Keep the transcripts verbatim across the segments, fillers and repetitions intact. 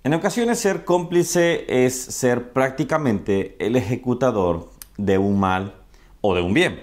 En ocasiones ser cómplice es ser prácticamente el ejecutador de un mal o de un bien.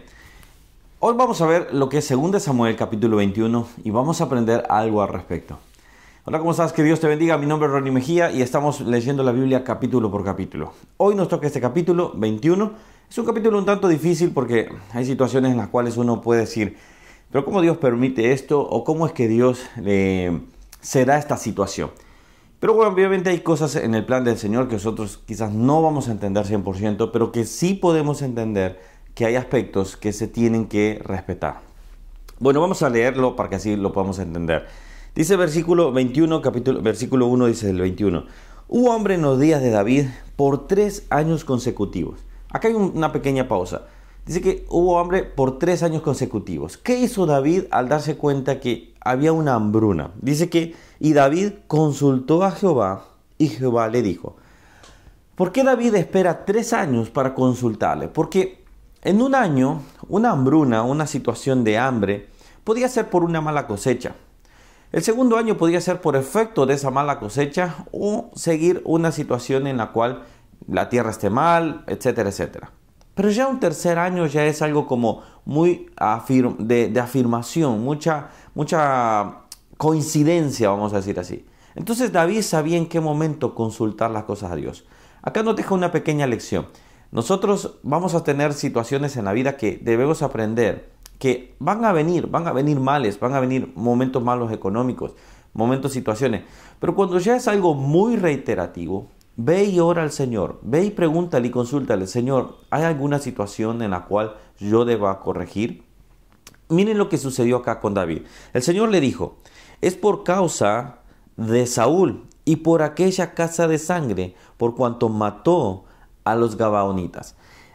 Hoy vamos a ver lo que es segunda de Samuel capítulo veintiuno y vamos a aprender algo al respecto. Hola, ¿cómo estás? Que Dios te bendiga. Mi nombre es Ronnie Mejía y estamos leyendo la Biblia capítulo por capítulo. Hoy nos toca este capítulo veintiuno. Es un capítulo un tanto difícil porque hay situaciones en las cuales uno puede decir, pero ¿cómo Dios permite esto? ¿O cómo es que Dios eh, se da esta situación? Pero bueno, obviamente hay cosas en el plan del Señor que nosotros quizás no vamos a entender cien por ciento, pero que sí podemos entender que hay aspectos que se tienen que respetar. Bueno, vamos a leerlo para que así lo podamos entender. Dice versículo veintiuno, capítulo, versículo uno, dice el veintiuno. Hubo hambre en los días de David por tres años consecutivos. Acá hay una pequeña pausa. Dice que hubo hambre por tres años consecutivos. ¿Qué hizo David al darse cuenta que había una hambruna? Dice que, y David consultó a Jehová, y Jehová le dijo. ¿Por qué David espera tres años para consultarle? Porque en un año, una hambruna, una situación de hambre, podía ser por una mala cosecha. El segundo año podía ser por efecto de esa mala cosecha o seguir una situación en la cual la tierra esté mal, etcétera, etcétera. Pero ya un tercer año ya es algo como muy afirm- de, de afirmación, mucha, mucha coincidencia, vamos a decir así. Entonces David sabía en qué momento consultar las cosas a Dios. Acá nos deja una pequeña lección. Nosotros vamos a tener situaciones en la vida que debemos aprender, que van a venir, van a venir males, van a venir momentos malos económicos, momentos, situaciones. Pero cuando ya es algo muy reiterativo, ve y ora al Señor, ve y pregúntale y consúltale, Señor, ¿hay alguna situación en la cual yo deba corregir? Miren lo que sucedió acá con David. El Señor le dijo, es por causa de Saúl y por aquella casa de sangre, por cuanto mató a los gabaonitas.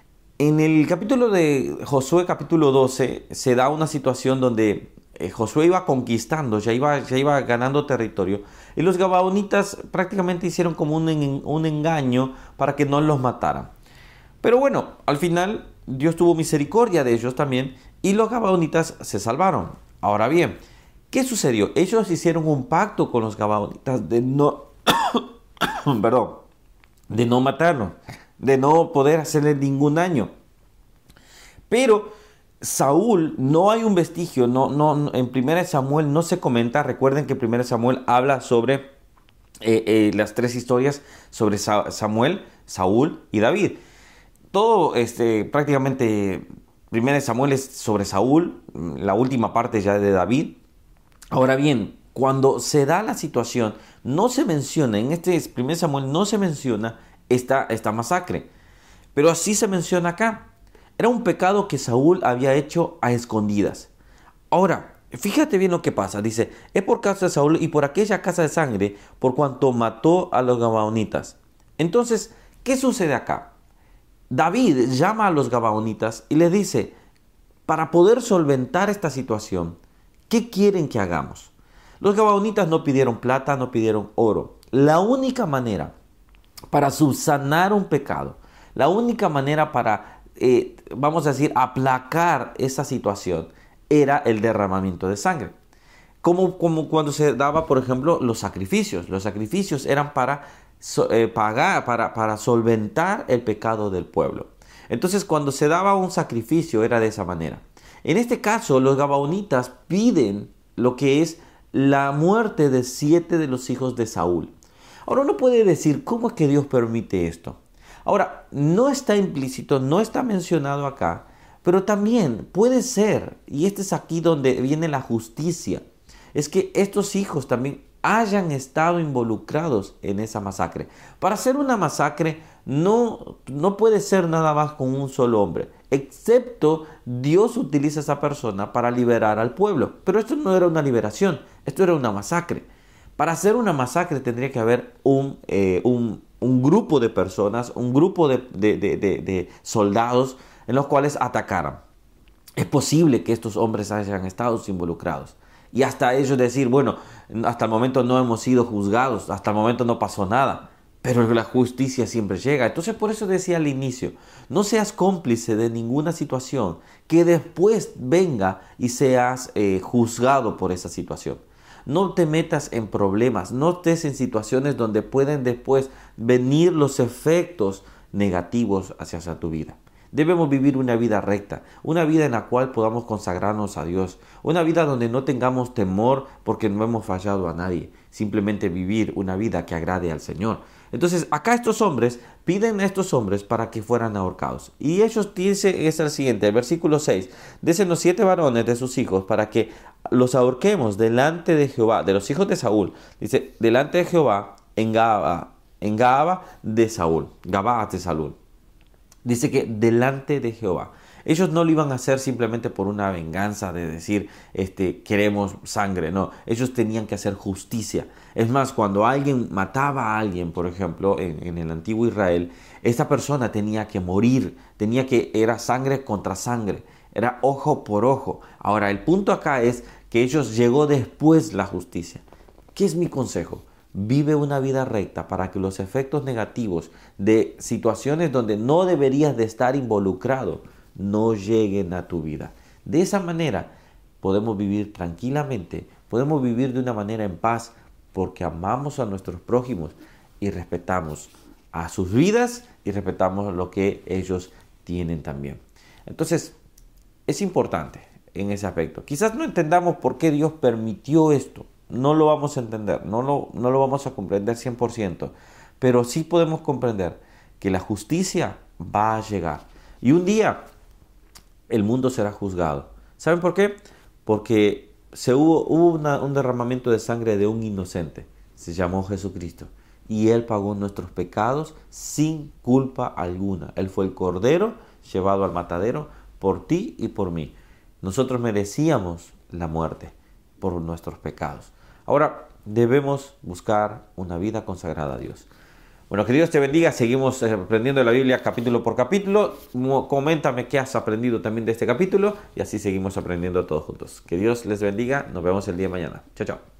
En el capítulo de Josué, capítulo doce, se da una situación donde eh, Josué iba conquistando, ya iba, ya iba ganando territorio, y los gabaonitas prácticamente hicieron como un, en, un engaño para que no los mataran. Pero bueno, al final Dios tuvo misericordia de ellos también, y los gabaonitas se salvaron. Ahora bien, ¿qué sucedió? Ellos hicieron un pacto con los gabaonitas de no, perdón, de no matarlos, de no poder hacerle ningún daño. Pero Saúl, no hay un vestigio, no, no, en primera de Samuel no se comenta. Recuerden que primera de Samuel habla sobre eh, eh, las tres historias sobre Sa- Samuel, Saúl y David. Todo este, prácticamente primera de Samuel es sobre Saúl, la última parte ya de David. Ahora bien, cuando se da la situación, no se menciona, en este primer Samuel no se menciona esta, esta masacre, pero así se menciona acá. Era un pecado que Saúl había hecho a escondidas. Ahora, fíjate bien lo que pasa. Dice, es por causa de Saúl y por aquella casa de sangre, por cuanto mató a los gabaonitas. Entonces, ¿qué sucede acá? David llama a los gabaonitas y les dice, para poder solventar esta situación, ¿qué quieren que hagamos? Los gabaonitas no pidieron plata, no pidieron oro. La única manera para subsanar un pecado, la única manera para, eh, vamos a decir, aplacar esa situación, era el derramamiento de sangre. Como, como cuando se daba, por ejemplo, los sacrificios. Los sacrificios eran para so, eh, pagar, para, para solventar el pecado del pueblo. Entonces, cuando se daba un sacrificio, era de esa manera. En este caso, los gabaonitas piden lo que es la muerte de siete de los hijos de Saúl. Ahora uno puede decir, ¿cómo es que Dios permite esto? Ahora, no está implícito, no está mencionado acá, pero también puede ser, y este es aquí donde viene la justicia, es que estos hijos también hayan estado involucrados en esa masacre. Para hacer una masacre no, no puede ser nada más con un solo hombre, excepto Dios utiliza a esa persona para liberar al pueblo. Pero esto no era una liberación, esto era una masacre. Para hacer una masacre tendría que haber un, eh, un, un grupo de personas, un grupo de, de, de, de, de soldados en los cuales atacaran. Es posible que estos hombres hayan estado involucrados. Y hasta ellos decir, bueno, hasta el momento no hemos sido juzgados, hasta el momento no pasó nada. Pero la justicia siempre llega. Entonces por eso decía al inicio, no seas cómplice de ninguna situación que después venga y seas eh, juzgado por esa situación. No te metas en problemas, no estés en situaciones donde pueden después venir los efectos negativos hacia, hacia tu vida. Debemos vivir una vida recta, una vida en la cual podamos consagrarnos a Dios, una vida donde no tengamos temor porque no hemos fallado a nadie, simplemente vivir una vida que agrade al Señor. Entonces acá estos hombres piden a estos hombres para que fueran ahorcados. Y ellos dicen, es el siguiente, el versículo seis, désenos siete varones de sus hijos para que los ahorquemos delante de Jehová, de los hijos de Saúl. Dice, delante de Jehová en Gaba, en Gaba de Saúl, Gabaa de Saúl. Dice que delante de Jehová. Ellos no lo iban a hacer simplemente por una venganza de decir, este, queremos sangre. No, ellos tenían que hacer justicia. Es más, cuando alguien mataba a alguien, por ejemplo, en, en el antiguo Israel, esta persona tenía que morir. Tenía que, era sangre contra sangre. Era ojo por ojo. Ahora, el punto acá es que ellos llegó después la justicia. ¿Qué es mi consejo? Vive una vida recta para que los efectos negativos de situaciones donde no deberías de estar involucrado no lleguen a tu vida. De esa manera podemos vivir tranquilamente, podemos vivir de una manera en paz porque amamos a nuestros prójimos y respetamos a sus vidas y respetamos lo que ellos tienen también. Entonces, es importante en ese aspecto. Quizás no entendamos por qué Dios permitió esto. No lo vamos a entender, no lo, no lo vamos a comprender cien por ciento, pero sí podemos comprender que la justicia va a llegar y un día el mundo será juzgado. ¿Saben por qué? Porque se hubo, hubo una, un derramamiento de sangre de un inocente, se llamó Jesucristo, y Él pagó nuestros pecados sin culpa alguna. Él fue el cordero llevado al matadero por ti y por mí. Nosotros merecíamos la muerte por nuestros pecados. Ahora debemos buscar una vida consagrada a Dios. Bueno, que Dios te bendiga. Seguimos aprendiendo la Biblia capítulo por capítulo. Coméntame qué has aprendido también de este capítulo y así seguimos aprendiendo todos juntos. Que Dios les bendiga. Nos vemos el día de mañana. Chao, chao.